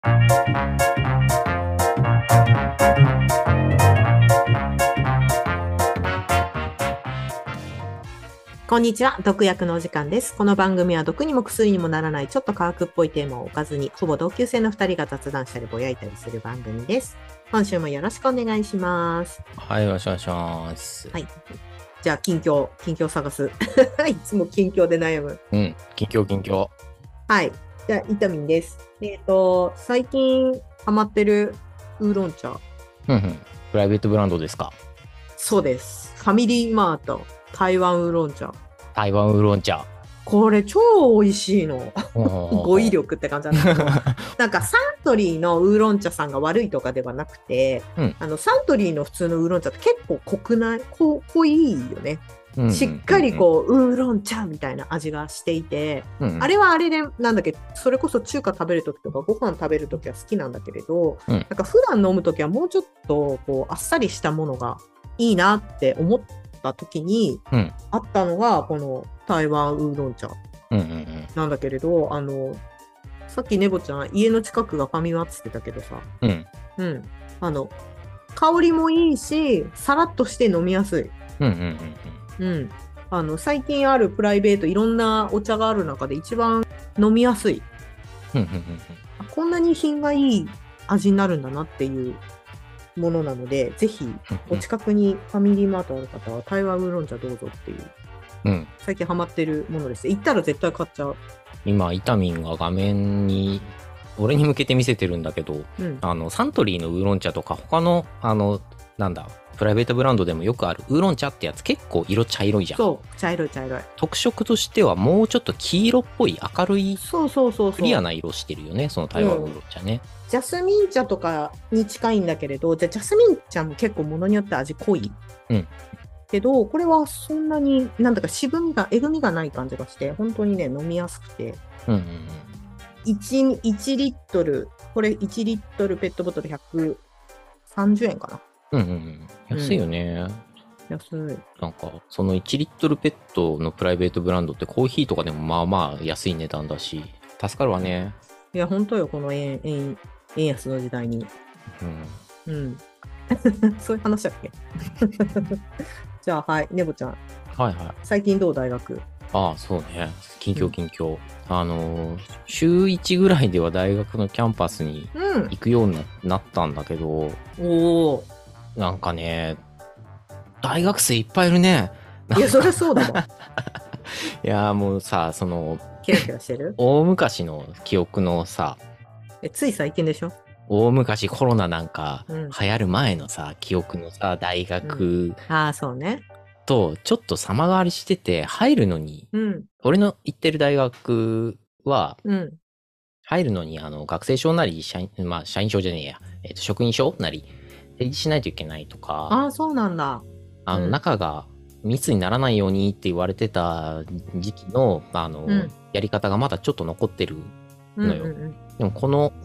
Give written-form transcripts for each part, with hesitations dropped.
こんにちは、毒薬のお時間です。この番組は毒にも薬にもならないちょっと科学っぽいテーマを置かずに、ほぼ同級生の2人が雑談したりぼやいたりする番組です。今週もよろしくお願いします。 はい、よろしくお願いします。 はい。じゃあ、近況探す。いつも近況で悩む。 うん、近況。 はい。じゃあ、イタミンです。最近ハマってるウーロン茶。 プライベートブランドですか？ そうです。ファミリーマート、台湾ウーロン茶。 台湾ウーロン茶。 これ超美味しいの。語彙力って感じなんだけどなんかサントリーのウーロン茶さんが悪いとかではなくて、サントリーの普通のウーロン茶って結構濃いよね。しっかりこうウーロン茶みたいな味がしていて、あれはあれでなんだっけ、それこそ中華食べるときとかご飯食べるときは好きなんだけれど、なんか普段飲むときはもうちょっとこうあっさりしたものがいいなって思ったときに、あったのがこの台湾ウーロン茶なんだけれど、さっきネボちゃん家の近くがファミマって言ってたけどさ、香りもいいしさらっとして飲みやすい。最近あるプライベートいろんなお茶がある中で一番飲みやすい。こんなに品がいい味になるんだなっていうものなので、ぜひお近くにファミリーマートある方は台湾ウーロン茶どうぞっていう、最近ハマってるものです。行ったら絶対買っちゃう。 今イタミンが画面に俺に向けて見せてるんだけど、サントリーのウーロン茶とか他のプライベートブランドでもよくあるウーロン茶ってやつ結構色茶色いじゃん。 そう茶色い。 特色としてはもうちょっと黄色っぽい明るいクリアな色してるよね、その台湾ウーロン茶ね。ジャスミン茶とかに近いんだけれど、ジャスミン茶も結構ものによって味濃い。けどこれはそんなになんだかえぐみがない感じがして本当にね飲みやすくて、1リットルこれ1リットルペットボトル130円かな。 安いよね。 安い。 なんかその1リットルペットのプライベートブランドってコーヒーとかでもまあまあ安い値段だし助かるわね。 いや本当よ、この円安の時代に。そういう話だっけじゃあはい、ネボちゃん。最近どう大学？ そうね。近況。週1ぐらいでは大学のキャンパスに行くようになったんだけど、なんかね、大学生いっぱいいるね。 いや、そりゃそうだわ。 いや、もうさ、その、 キラキラしてる？ 大昔の記憶のさ、 つい最近でしょ？ 大昔コロナなんか流行る前のさ、記憶のさ、大学。 そうね。 とちょっと様変わりしてて入るのに、俺の行ってる大学は、入るのに学生証なり社員証じゃねえや、職員証なり提示しないといけないとか。 そうなんだ。 中が密にならないようにって言われてた時期のやり方がまだちょっと残ってるのよ。でもこの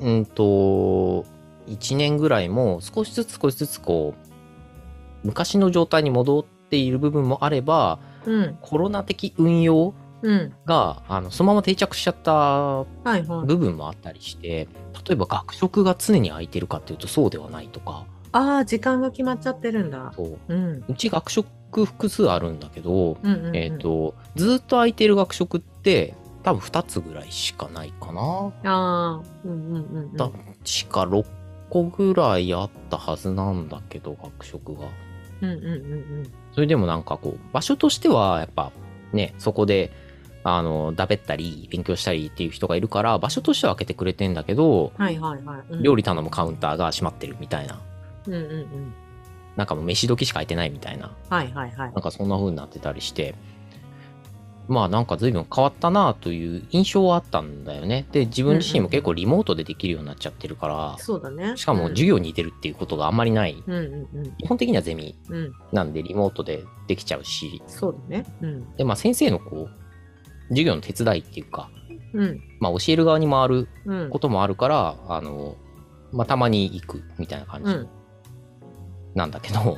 1年ぐらいも少しずつこう昔の状態に戻っている部分もあれば、コロナ的運用が、そのまま定着しちゃった部分もあったりして、例えば学食が常に空いてるかっていうとそうではないとか。 時間が決まっちゃってるんだ。 うち学食複数あるんだけど、ずっと空いてる学食って多分2つぐらいしかないかな。確か6個ぐらいあったはずなんだけど、学食が。それでもなんかこう場所としてはやっぱね、そこでだべったり勉強したりっていう人がいるから場所としては開けてくれてんだけど、料理頼むカウンターが閉まってるみたいな、なんかもう飯時しか空いてないみたいな、なんかそんな風になってたりして、まあなんか随分変わったなという印象はあったんだよね。で自分自身も結構リモートでできるようになっちゃってるから、 そうだね。 しかも授業に出るっていうことがあんまりない、基本的にはゼミなんでリモートでできちゃうし、 そうだね。 でまあ先生のこう授業の手伝いっていうか、まあ教える側に回ることもあるから、まあたまに行くみたいな感じなんだけど、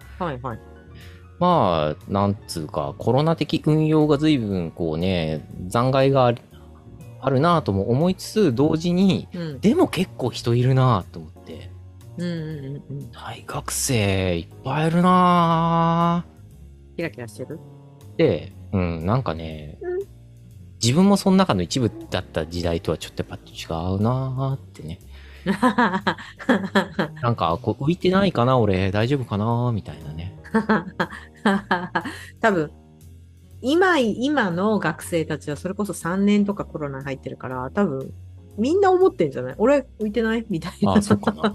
まあなんつうかコロナ的運用が随分こうね残骸があるなとも思いつつ、同時に、でも結構人いるなと思って。大学生いっぱいいるなキラキラしてるで、なんかね、自分もその中の一部だった時代とはちょっとやっぱ違うなってね。なんか、こう、浮いてないかな俺、大丈夫かなみたいなね。 多分、今の学生たちはそれこそ3年とかコロナ入ってるから、多分、みんな思ってんじゃない？俺、浮いてないみたいな。 あ、そうかな。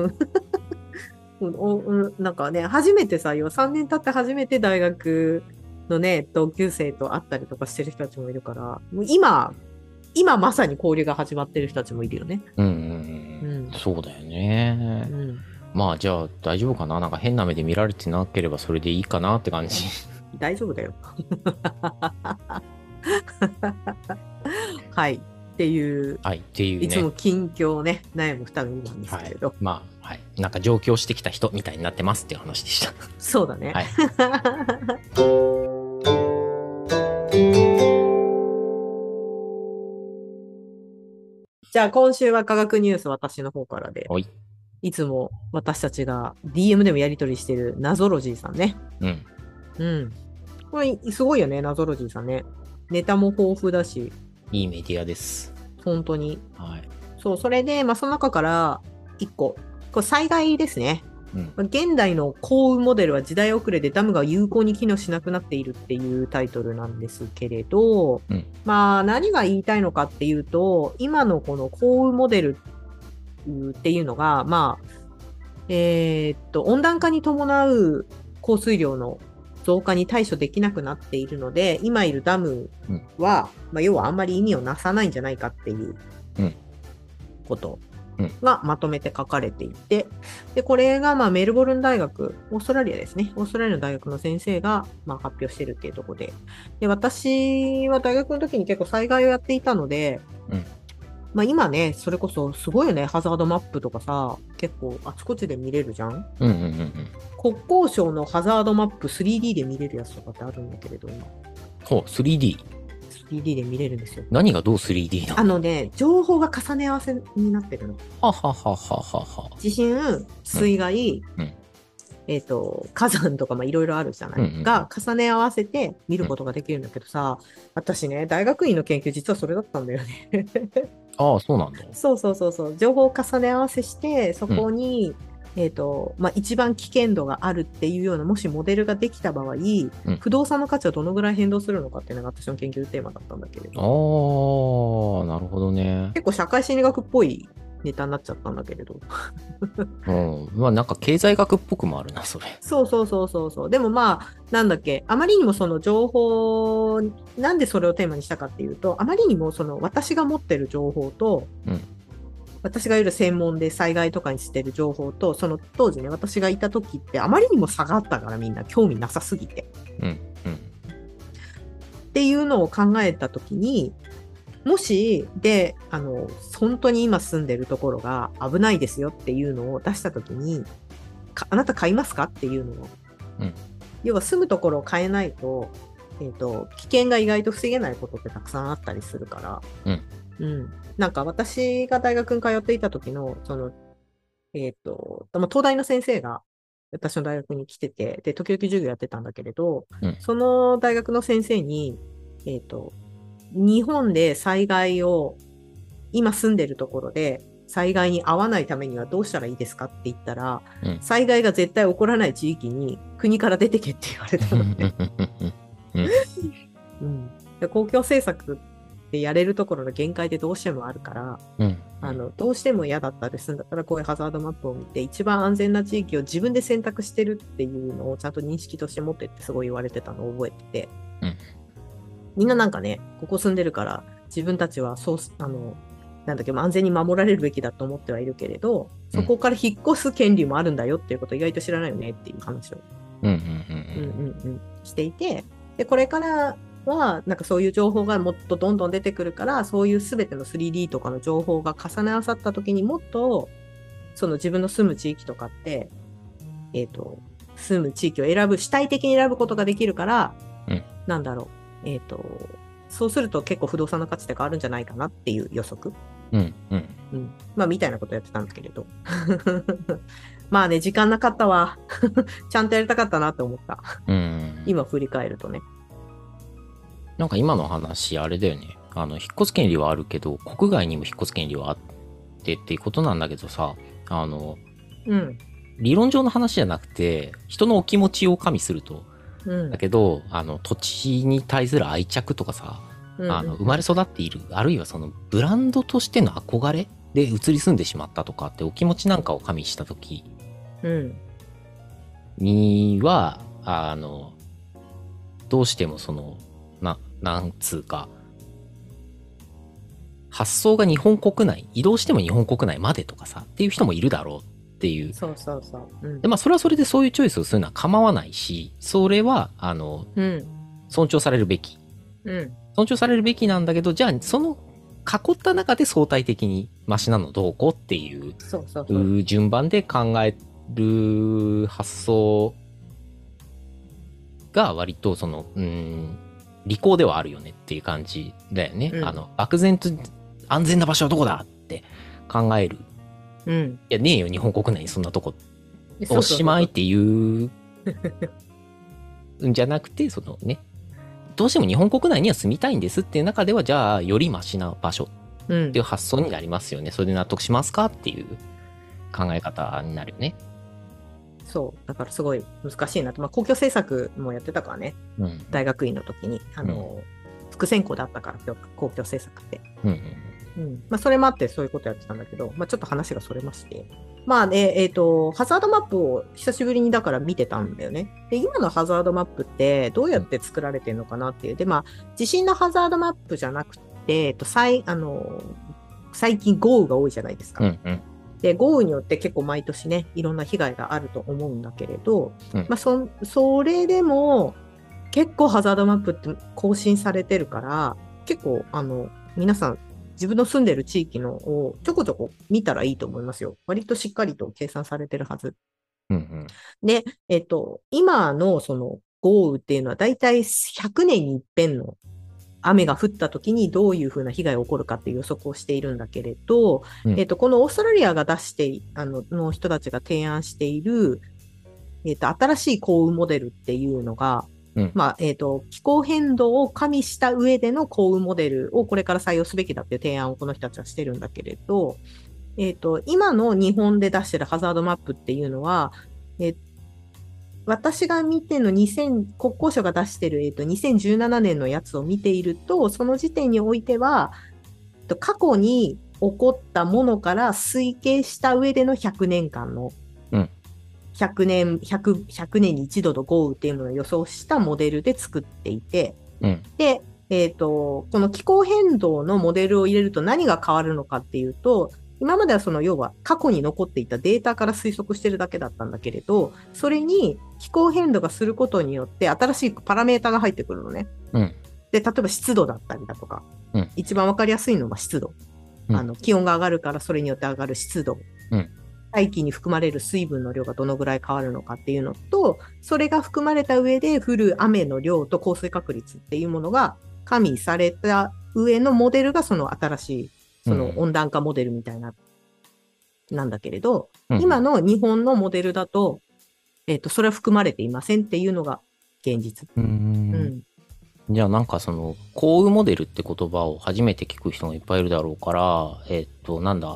なんかね、初めてさ、3年経って初めて大学のね、同級生と会ったりとかしてる人たちもいるから、もう今まさに交流が始まってる人たちもいるよね。 そうだよね。まあじゃあ大丈夫かな、なんか変な目で見られてなければそれでいいかなって感じ。 大丈夫だよ。はい。っていう、いつも近況をね、悩む2人なんですけれど。 まあ、はい。なんか上京してきた人みたいになってますっていう話でした。 そうだね。はい。じゃあ今週は科学ニュース私の方からで。いつも私たちが DM でもやり取りしてるナゾロジーさんね。これすごいよね、ナゾロジーさんね。ネタも豊富だし。 いいメディアです。 本当に。そう、それで、その中から1個。これ災害ですね。現代の降雨モデルは時代遅れでダムが有効に機能しなくなっているっていうタイトルなんですけれど、何が言いたいのかっていうと、今のこの降雨モデルっていうのが、温暖化に伴う降水量の増加に対処できなくなっているので、今いるダムは、要はあんまり意味をなさないんじゃないかっていうことがまとめて書かれていて、でこれがメルボルン大学、オーストラリアですね、オーストラリアの大学の先生が発表してるっていうところで、私は大学の時に結構災害をやっていたので、今ね、それこそすごいよね、ハザードマップとかさ、結構あちこちで見れるじゃん。国交省のハザードマップ 3D で見れるやつとかってあるんだけれど、今。3D で見れるんですよ。 何がどう 3D なの？ 情報が重ね合わせになってるの。地震、水害、火山とかいろいろあるじゃない、が重ね合わせて見ることができるんだけどさ、私ね、大学院の研究実はそれだったんだよね。 ああ、そうなんだ。 そう。情報を重ね合わせして、そこに、一番危険度があるっていうような、もしモデルができた場合、不動産の価値はどのぐらい変動するのかっていうのが私の研究テーマだったんだけれど。 ああ、なるほどね。 結構社会心理学っぽいネタになっちゃったんだけれど。 なんか経済学っぽくもあるな、それ。 そう。でもなんだっけ、あまりにもその情報、なんでそれをテーマにしたかっていうと、あまりにもその私が持ってる情報と、私がいる専門で災害とかにしてる情報と、その当時ね、私がいた時ってあまりにも差があったから、みんな興味なさすぎて。っていうのを考えた時に、もし、本当に今住んでるところが危ないですよっていうのを出した時に、あなた買いますかっていうのを。要は住むところを変えないと、危険が意外と防げないことってたくさんあったりするから、なんか私が大学に通っていた時の、東大の先生が私の大学に来てて、で、時々授業やってたんだけれど、その大学の先生に、日本で災害を、今住んでるところで災害に遭わないためにはどうしたらいいですかって言ったら、災害が絶対起こらない地域に国から出てけって言われたので、で公共政策でやれるところの限界でどうしてもあるから、どうしても嫌だったりするんだったら、こういうハザードマップを見て一番安全な地域を自分で選択してるっていうのをちゃんと認識として持ってってすごい言われてたのを覚えてて、みんななんかね、ここ住んでるから自分たちは安全に守られるべきだと思ってはいるけれど、そこから引っ越す権利もあるんだよっていうことを意外と知らないよねっていう話をしていて、でこれからはなんかそういう情報がもっとどんどん出てくるから、そういう全ての 3D とかの情報が重ね合わさった時にもっとその自分の住む地域とかって、住む地域を主体的に選ぶことができるから、なんだろう、 そうすると結構不動産の価値って変わるんじゃないかなっていう予測。 うんうん。 うん。まあ、みたいなことやってたんだけれど。まあね、時間なかったわ。ちゃんとやりたかったなって思った。今振り返るとね。 なんか今の話、あれだよね。引っ越す権利はあるけど、国外にも引っ越す権利はあってっていうことなんだけどさ、理論上の話じゃなくて、人のお気持ちを加味すると、だけど、土地に対する愛着とかさ、生まれ育っている、あるいはそのブランドとしての憧れで移り住んでしまったとかってお気持ちなんかを加味したときには、どうしてもその、なんつうか、発想が日本国内、移動しても日本国内までとかさ、っていう人もいるだろうっていう。 そうそうそう。 で、まあ、それはそれでそういうチョイスをするのは構わないし、それは、尊重されるべき。尊重されるべきなんだけど、じゃあ、その囲った中で相対的にマシなのどうこうっていう順番で考える発想が割とその、利口ではあるよねっていう感じだよね。漠然と安全な場所はどこだって考える。いや、ねえよ、日本国内にそんなとこ、おしまいっていうんじゃなくて、そのね、どうしても日本国内には住みたいんですっていう中では、じゃあ、よりマシな場所っていう発想になりますよね。それで納得しますかっていう考え方になるよね。 そう。だからすごい難しいなと。まあ、公共政策もやってたからね。大学院の時に。副専攻だったから、公共政策って。まあ、それもあってそういうことやってたんだけど、まあ、ちょっと話がそれまして。まあね、ハザードマップを久しぶりにだから見てたんだよね。で、今のハザードマップってどうやって作られてるのかなっていう。で、まあ、地震のハザードマップじゃなくて、最近豪雨が多いじゃないですか。で、豪雨によって結構毎年ね、いろんな被害があると思うんだけれど、まあ、それでも結構ハザードマップって更新されてるから、結構皆さん自分の住んでる地域のをちょこちょこ見たらいいと思いますよ。割としっかりと計算されてるはず。で、今のその豪雨っていうのはだいたい100年に一遍の雨が降った時にどういうふうな被害が起こるかっていう予測をしているんだけれど、このオーストラリアが出しての人たちが提案している、新しい降雨モデルっていうのが、まあ気候変動を加味した上での降雨モデルをこれから採用すべきだっていう提案をこの人たちはしてるんだけれど、今の日本で出してるハザードマップっていうのは、私が見ての国交省が出してる、2017年のやつを見ていると、その時点においては、過去に起こったものから推計した上での100年間の、100年に一度の豪雨っていうものを予想したモデルで作っていて、で、この気候変動のモデルを入れると何が変わるのかっていうと、今まではその要は過去に残っていたデータから推測してるだけだったんだけれど、それに気候変動がすることによって新しいパラメータが入ってくるのね。で、例えば湿度だったりだとか、一番わかりやすいのは湿度。気温が上がるからそれによって上がる湿度。大気に含まれる水分の量がどのぐらい変わるのかっていうのと、それが含まれた上で降る雨の量と降水確率っていうものが加味された上のモデルがその新しいその温暖化モデルみたいな、なんだけれど、今の日本のモデルだと、それは含まれていませんっていうのが現実。 じゃあなんかその、降雨モデルって言葉を初めて聞く人がいっぱいいるだろうから、なんだ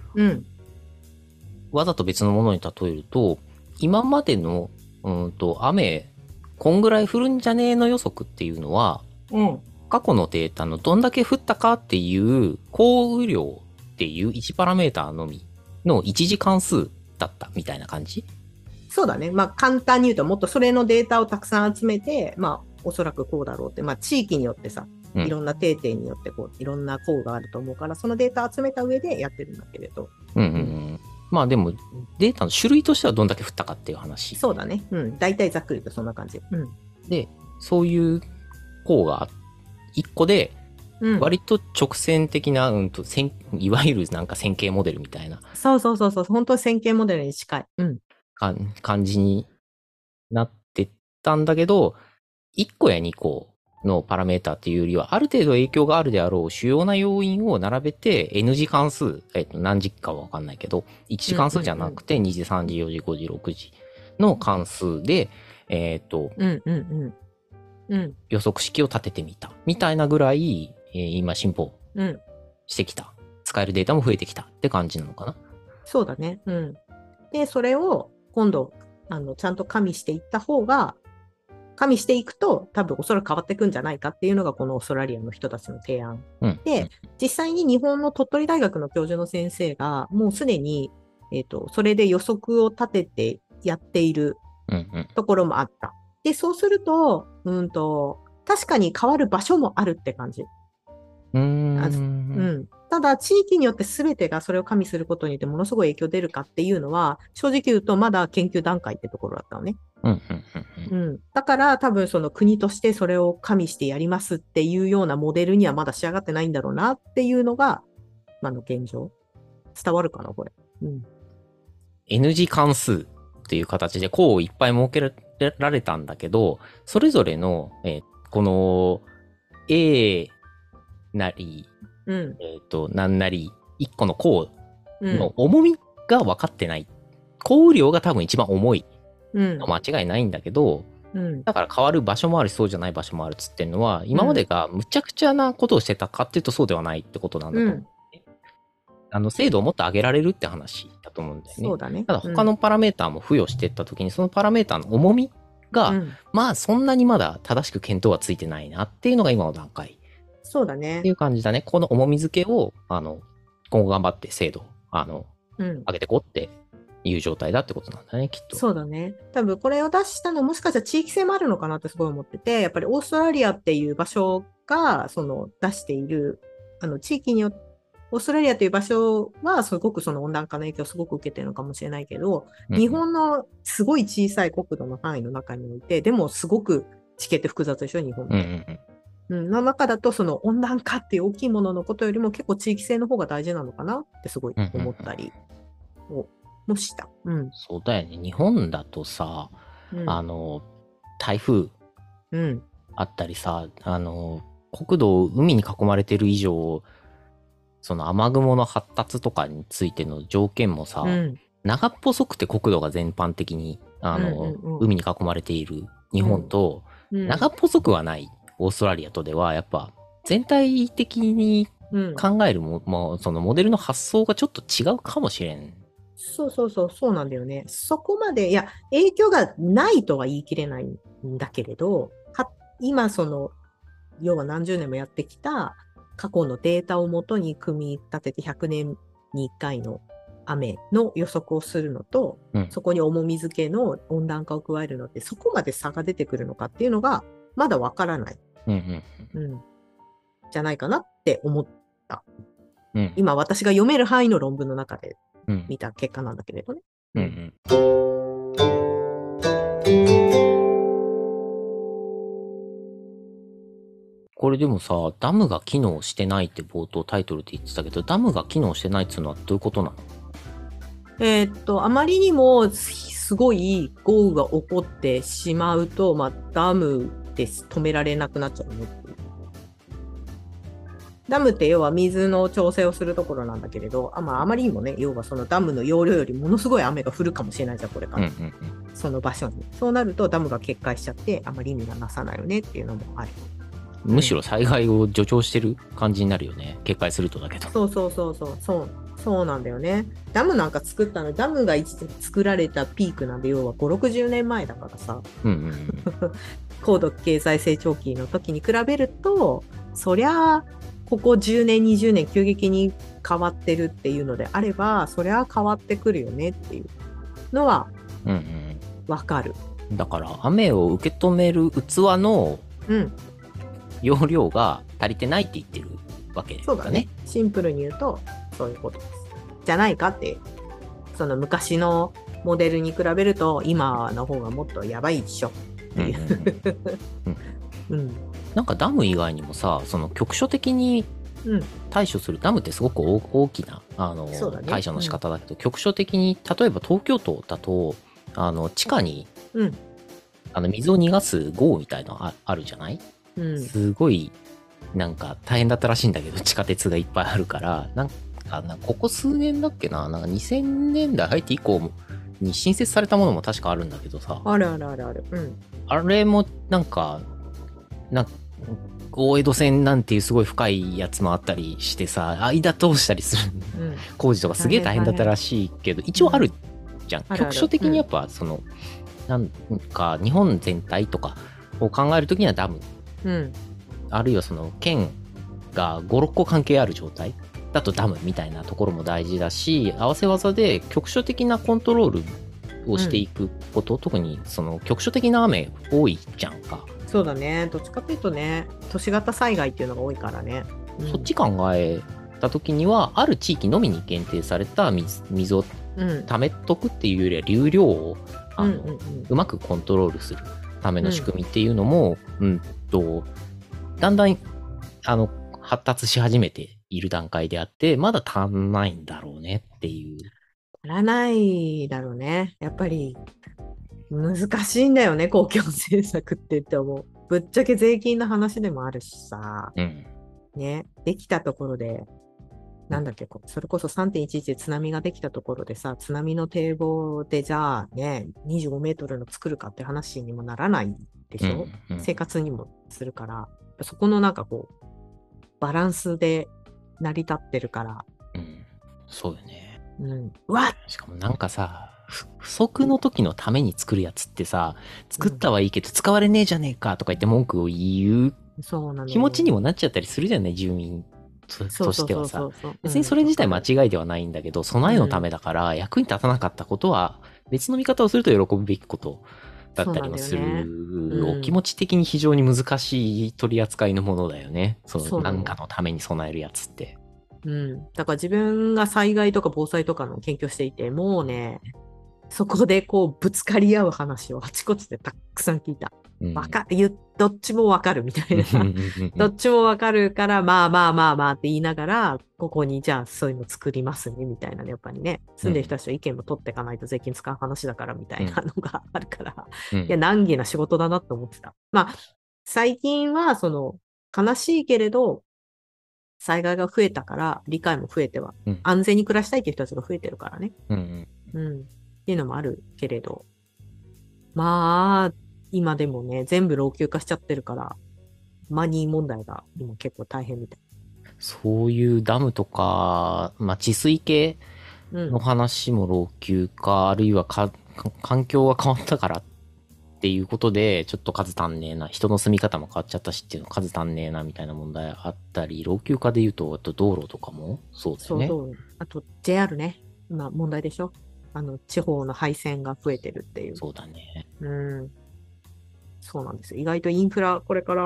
わざと別のものに例えると、今までの、雨、こんぐらい降るんじゃねえの予測っていうのは、過去のデータのどんだけ降ったかっていう降雨量っていう1パラメーターのみの一次関数だったみたいな感じ？ そうだね。まあ簡単に言うともっとそれのデータをたくさん集めて、まあおそらくこうだろうって、まあ地域によってさ、いろんな定点によってこういろんな項があると思うから、そのデータを集めた上でやってるんだけれど。 まあでもデータの種類としてはどんだけ降ったかっていう話。 そうだね。大体ざっくりとそんな感じ。 で、そういう項が1個で、割と直線的な、いわゆるなんか線形モデルみたいな。 そう。本当に線形モデルに近い。 感じになってたんだけど、1個や2個のパラメータっていうよりは、ある程度影響があるであろう主要な要因を並べて N 次関数、何時かはわかんないけど、1次関数じゃなくて2時、3時、4時、5時、6時の関数で、予測式を立ててみた。みたいなぐらい、今進歩してきた。使えるデータも増えてきたって感じなのかな。 そうだね。で、それを今度、ちゃんと加味していった方が、加味していくと多分おそらく変わっていくんじゃないかっていうのがこのオーストラリアの人たちの提案。で、実際に日本の鳥取大学の教授の先生がもうすでに、それで予測を立ててやっているところもあった。で、そうすると、確かに変わる場所もあるって感じ。ただ、地域によって全てがそれを加味することによってものすごい影響出るかっていうのは、正直言うとまだ研究段階ってところだったのね。だから多分その国としてそれを加味してやりますっていうようなモデルにはまだ仕上がってないんだろうなっていうのが、現状。伝わるかな、これ。 N 次関数っていう形で項をいっぱい設けられたんだけど、それぞれの、この A なり、なんなり、一個の項の重みが分かってない。項雨量が多分一番重いの間違いないんだけど、だから変わる場所もあるし、そうじゃない場所もあるっつってんのは、今までがむちゃくちゃなことをしてたかっていうとそうではないってことなんだと思う。精度をもっと上げられるって話だと思うんだよね。 そうだね。 ただ他のパラメーターも付与していったときに、そのパラメーターの重みが、まあそんなにまだ正しく見当はついてないなっていうのが今の段階。 そうだね。 っていう感じだね。この重み付けを、今後頑張って精度、上げていこうっていう状態だってことなんだね、きっと。 そうだね。多分これを出したのもしかしたら地域性もあるのかなってすごい思ってて、やっぱりオーストラリアっていう場所が、出している、地域によって、オーストラリアという場所はすごくその温暖化の影響をすごく受けてるのかもしれないけど、日本のすごい小さい国土の範囲の中において、でもすごく地形って複雑でしょ、日本って。の中だとその温暖化っていう大きいもののことよりも結構地域性の方が大事なのかなってすごい思ったりもした。 そうだよね。日本だとさ、台風あったりさ、国土海に囲まれてる以上、その雨雲の発達とかについての条件もさ、長っぽそくて国土が全般的に海に囲まれている日本と、長っぽそくはないオーストラリアとではやっぱ全体的に考えるそのモデルの発想がちょっと違うかもしれん。 そうなんだよね。そこまで、いや、影響がないとは言い切れないんだけれど、今要は何十年もやってきた過去のデータをもとに組み立てて100年に1回の雨の予測をするのと、そこに重み付けの温暖化を加えるのってそこまで差が出てくるのかっていうのがまだわからない、じゃないかなって思った、今私が読める範囲の論文の中で見た結果なんだけれどね。 これでもさ、ダムが機能してないって冒頭タイトルで言ってたけど、ダムが機能してないっていうのはどういうことなの？あまりにもすごい豪雨が起こってしまうと、ダムで止められなくなっちゃうね。ダムって要は水の調整をするところなんだけれど、あまりにもね、要はそのダムの容量よりものすごい雨が降るかもしれないじゃん、これから。その場所に。そうなるとダムが決壊しちゃって、あまり意味がなさないよねっていうのもある。 むしろ災害を助長してる感じになるよね。決壊するとだけど。 そうなんだよね。ダムなんか作ったの、ダムが作られたピークなんで、要は5、60年前だからさ。高度経済成長期の時に比べると、そりゃあ、ここ10年、20年急激に変わってるっていうのであれば、そりゃ変わってくるよねっていうのは、わかる。 だから、雨を受け止める器の、容量が足りてないって言ってるわけですかね。そうだね。 シンプルに言うとそういうことです。じゃないかって、その昔のモデルに比べると今の方がもっとやばいでしょっていう。 なんかダム以外にもさ、その局所的に対処する、ダムってすごく大きな対処の仕方だけど、局所的に例えば東京都だと地下に、水を逃がす壕みたいなのあるじゃない？ すごい、なんか大変だったらしいんだけど、地下鉄がいっぱいあるから、ここ数年だっけな、なんか2000年代入って以降に新設されたものも確かあるんだけどさ。 あるあるあるある。 あれも、大江戸線なんていうすごい深いやつもあったりしてさ、間通したりする、工事とかすげえ大変だったらしいけど、一応あるじゃん。局所的にやっぱ、なんか日本全体とかを考えるときにはダム。あるいは県が5、6個関係ある状態だとダムみたいなところも大事だし、合わせ技で局所的なコントロールをしていくこと、特に局所的な雨多いじゃんか。 そうだね。どっちかというとね、都市型災害っていうのが多いからね。 そっち考えた時には、ある地域のみに限定された水を溜めとくっていうよりは、流量をうまくコントロールするための仕組みっていうのも、だんだん発達し始めている段階であって、まだ足んないんだろうねっていう。 足らないだろうね。やっぱり難しいんだよね、公共政策って言っても。ぶっちゃけ税金の話でもあるしさ。ね、できたところで、なんだっけ、それこそ3.11で津波ができたところでさ、津波の堤防でじゃあね、25メートルの作るかって話にもならないでしょ、生活にもするから、そこのバランスで成り立ってるから。 そうよね。しかもなんかさ、不測の時のために作るやつってさ、作ったはいいけど使われねえじゃねえかとか言って文句を言う気持ちにもなっちゃったりするじゃない、住民としてはさ。別にそれ自体間違いではないんだけど、備えのためだから役に立たなかったことは別の見方をすると喜ぶべきことだったりもする、お気持ち的に非常に難しい取り扱いのものだよね。何かのために備えるやつって。 だから自分が災害とか防災とかの研究をしていて、もうね、そこでぶつかり合う話をあちこちでたくさん聞いた。どっちもわかるみたいな。どっちもわかるから、まあまあまあまあって言いながら、ここにじゃあそういうの作りますね、みたいなね。やっぱりね、住んでる人たちの意見も取っていかないと税金使う話だからみたいなのがあるから、いや、難儀な仕事だなって思ってた。まあ、最近は、悲しいけれど、災害が増えたから、理解も増えては、安全に暮らしたいっていう人たちが増えてるからね。っていうのもあるけれど、まあ、今でもね、全部老朽化しちゃってるから、マニー問題が今結構大変みたい。 そういうダムとか、治水系の話も老朽化、あるいは環境が変わったからっていうことで、ちょっと数足んねえな、人の住み方も変わっちゃったしっていうの数足んねえなみたいな問題あったり、老朽化で言うと、あと道路とかもそうだよね。 そう。あと JR ね、今問題でしょ。地方の廃線が増えてるっていう。 そうだね。 そうなんですよ。意外とインフラ、これから、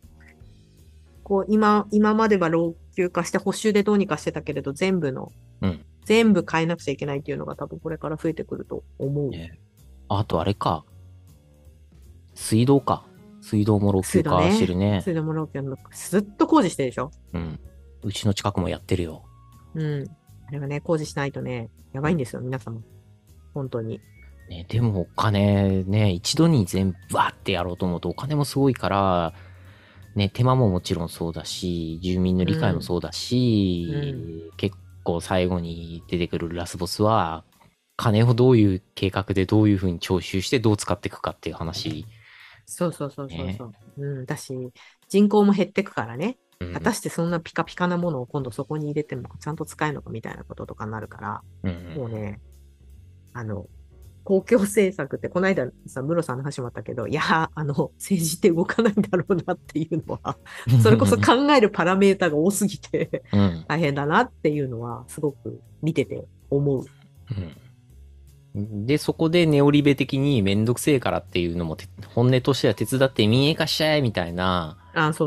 今までは老朽化して補修でどうにかしてたけれど、全部変えなくちゃいけないっていうのが多分これから増えてくると思う。 あとあれか。水道か。水道も老朽化してるね。 水道も老朽化、ずっと工事してるでしょ。 うちの近くもやってるよ。 あれはね、工事しないとね、やばいんですよ、皆様。本当に。 ね、でもお金ね、一度に全部わーってやろうと思うとお金もすごいから、ね、手間ももちろんそうだし、住民の理解もそうだし、結構最後に出てくるラスボスは、金をどういう計画でどういうふうに徴収してどう使っていくかっていう話。 そう。だし、人口も減ってくからね。果たしてそんなピカピカなものを今度そこに入れてもちゃんと使えるのかみたいなこととかになるから、もうね、公共政策って、この間さ、ムロさんの話もあったけど、いや、政治って動かないんだろうなっていうのは、それこそ考えるパラメータが多すぎて大変だなっていうのは、すごく見てて思う。 で、そこでネオリベ的にめんどくせえからっていうのも本音としては手伝って民営化しちゃえみたいな。 そう。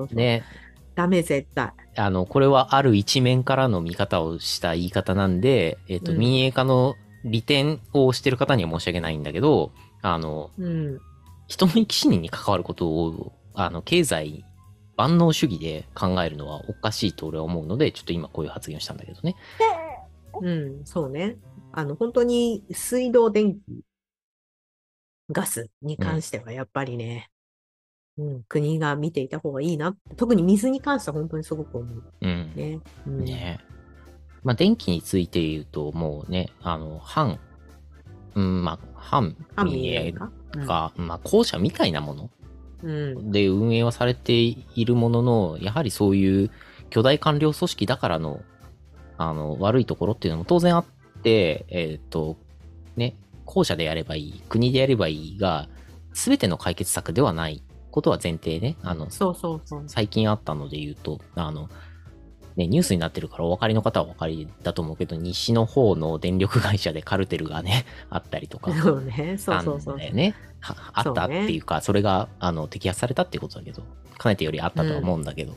ね。 ダメ絶対。 これはある一面からの見方をした言い方なんで、民営化の利点をしてる方には申し訳ないんだけど、人の生き死にに関わることを、経済万能主義で考えるのはおかしいと俺は思うので、ちょっと今こういう発言をしたんだけどね。 そうね。本当に水道、電気、ガスに関してはやっぱりね、 国が見ていた方がいいなって。特に水に関しては本当にすごく思う。 ね。ね。まあ、電気について言うと、もうね、反民営が、まあ、公社みたいなもので運営はされているものの、やはりそういう巨大官僚組織だからの、悪いところっていうのも当然あって、ね、公社でやればいい、国でやればいいが、すべての解決策ではないことは前提ね。最近あったので言うと、ね、ニュースになってるからお分かりの方はお分かりだと思うけど、西の方の電力会社でカルテルがね、あったりとか。 そうね。 あったっていうか、それが、摘発されたっていうことだけど、かねてよりあったとは思うんだけど。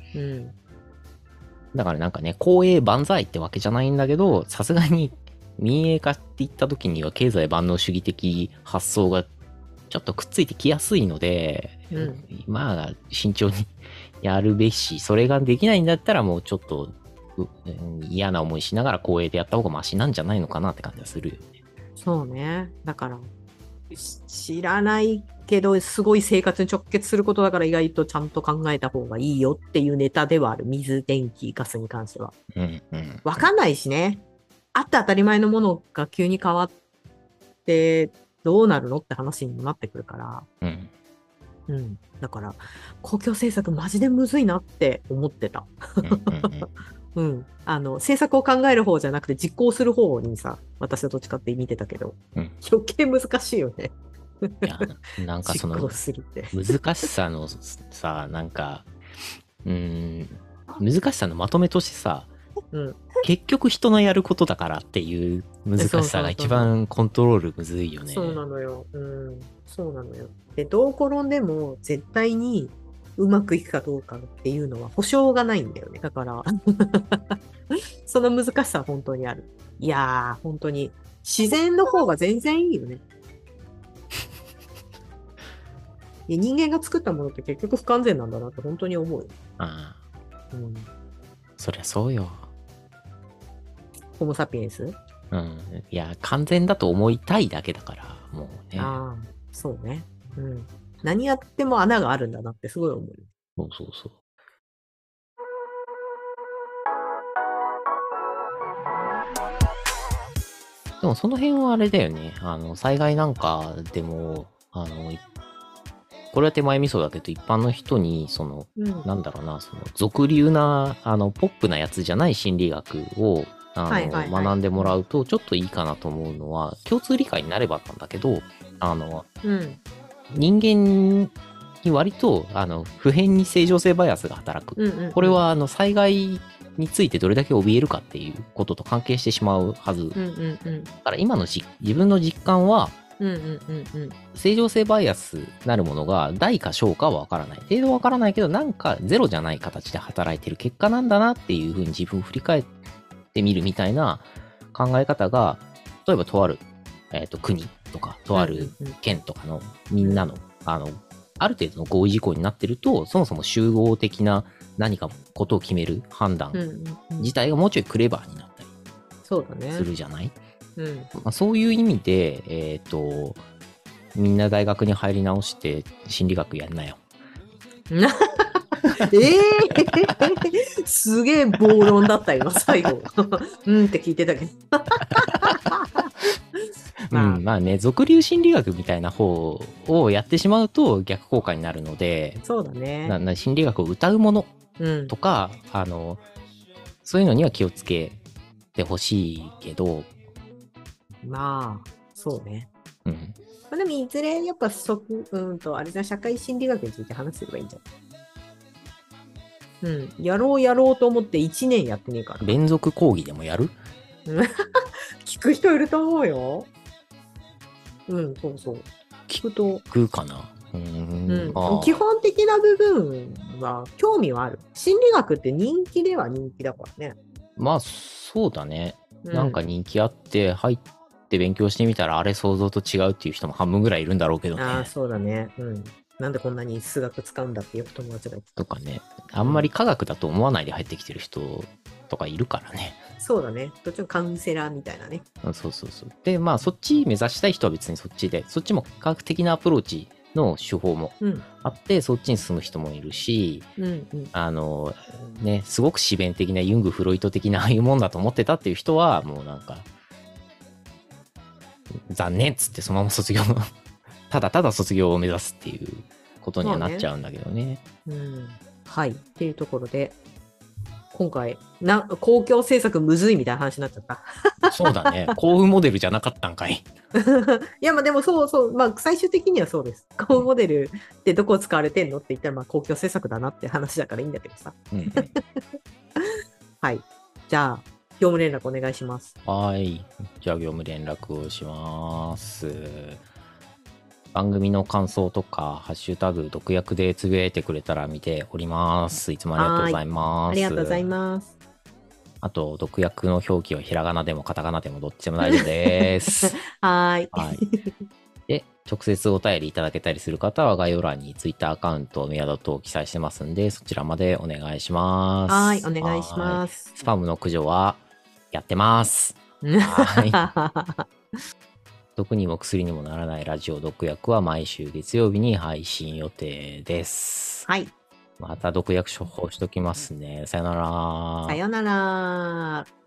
だからなんかね、公営万歳ってわけじゃないんだけど、さすがに民営化って言った時には経済万能主義的発想がちょっとくっついてきやすいので、まあ、慎重にやるべし、それができないんだったらもうちょっと嫌な思いしながら公営でやった方がマシなんじゃないのかなって感じがするよね。 そうね。だから、知らないけど、すごい生活に直結することだから意外とちゃんと考えた方がいいよっていうネタではある。水、電気、ガスに関しては。わかんないしね。あって当たり前のものが急に変わってどうなるのって話にもなってくるから。だから、公共政策マジでむずいなって思ってた。政策を考える方じゃなくて実行する方にさ、私はどっちかって見てたけど、余計難しいよね。 いや、なんかその難しさのさ、なんか、難しさのまとめとしてさ、結局人のやることだからっていう難しさが一番コントロールむずいよね。 そうなのよ。そうなのよ。で、どう転んでも絶対にうまくいくかどうかっていうのは保証がないんだよね。だからその難しさは本当にある。いやー、本当に自然の方が全然いいよね。人間が作ったものって結局不完全なんだなって本当に思うよ。 そりゃそうよ。 ホモ・サピエンス？ いや、完全だと思いたいだけだから、もうね。 そうね。何やっても穴があるんだなってすごい思う。 そう。でもその辺はあれだよね。災害なんかでも、これは手前味噌だけど、一般の人に、なんだろうな、俗流な、ポップなやつじゃない心理学を、学んでもらうと、ちょっといいかなと思うのは、共通理解になればなんだけど、人間に割と、普遍に正常性バイアスが働く。これは、災害についてどれだけ怯えるかっていうことと関係してしまうはず。だから今の自分の実感は、正常性バイアスなるものが大か小かは分からない。程度は分からないけど、なんかゼロじゃない形で働いてる結果なんだなっていうふうに自分を振り返ってみるみたいな考え方が、例えばとある、国とか、とある県とかのみんなの、ある程度の合意事項になってると、そもそも集合的な何かことを決める判断自体がもうちょいクレバーになったりするじゃない？そういう意味で、みんな大学に入り直して心理学やんなよ。 すげえ暴論だった今最後って聞いてたけどまあね、俗流心理学みたいな方をやってしまうと逆効果になるので、 そうだね。 心理学を謳うものとか、そういうのには気をつけてほしいけど、 まあそうね。でもいずれやっぱあれじゃ社会心理学について話せばいいんじゃない？やろうと思って1年やってねえから。 連続講義でもやる？ 聞く人いると思うよ。そう。 聞くかな。 基本的な部分は興味はある。心理学って人気では人気だからね。 まあそうだね。なんか人気あって入って勉強してみたらあれ想像と違うっていう人も半分ぐらいいるんだろうけどね。 そうだね。なんでこんなに数学使うんだっていう友達がいたとかね。あんまり科学だと思わないで入ってきてる人とかいるからね。 そうだね。どっちもカウンセラーみたいなね。 そう。で、まあそっち目指したい人は別にそっちで、そっちも科学的なアプローチの手法もあって、そっちに進む人もいるし、ね、すごく自弁的なユング・フロイト的なああいうもんだと思ってたっていう人は、もうなんか、残念っつってそのまま卒業ただただ卒業を目指すっていうことにはなっちゃうんだけどね。 はい。っていうところで、今回、公共政策むずいみたいな話になっちゃった。 そうだね。幸運モデルじゃなかったんかい。 いや、まあでもそう、まあ最終的にはそうです。幸運モデルってどこ使われてんのって言ったら、まあ公共政策だなって話だからいいんだけどさ。はい。じゃあ、業務連絡お願いします。 はい。じゃあ業務連絡をします。番組の感想とか、ハッシュタグ、毒薬でつぶやいてくれたら見ております。いつもありがとうございます。 ありがとうございます。 あと、毒薬の表記はひらがなでもカタカナでもどっちでも大丈夫です。 はい。 で、直接お便りいただけたりする方は概要欄に Twitter アカウント、メアド等を記載してますんで、そちらまでお願いします。 はい、お願いします。 スパムの駆除はやってます。はい。毒にも薬にもならないラジオ毒薬は毎週月曜日に配信予定です。 はい。 また毒薬処方しときますね。さよなら。 さよなら。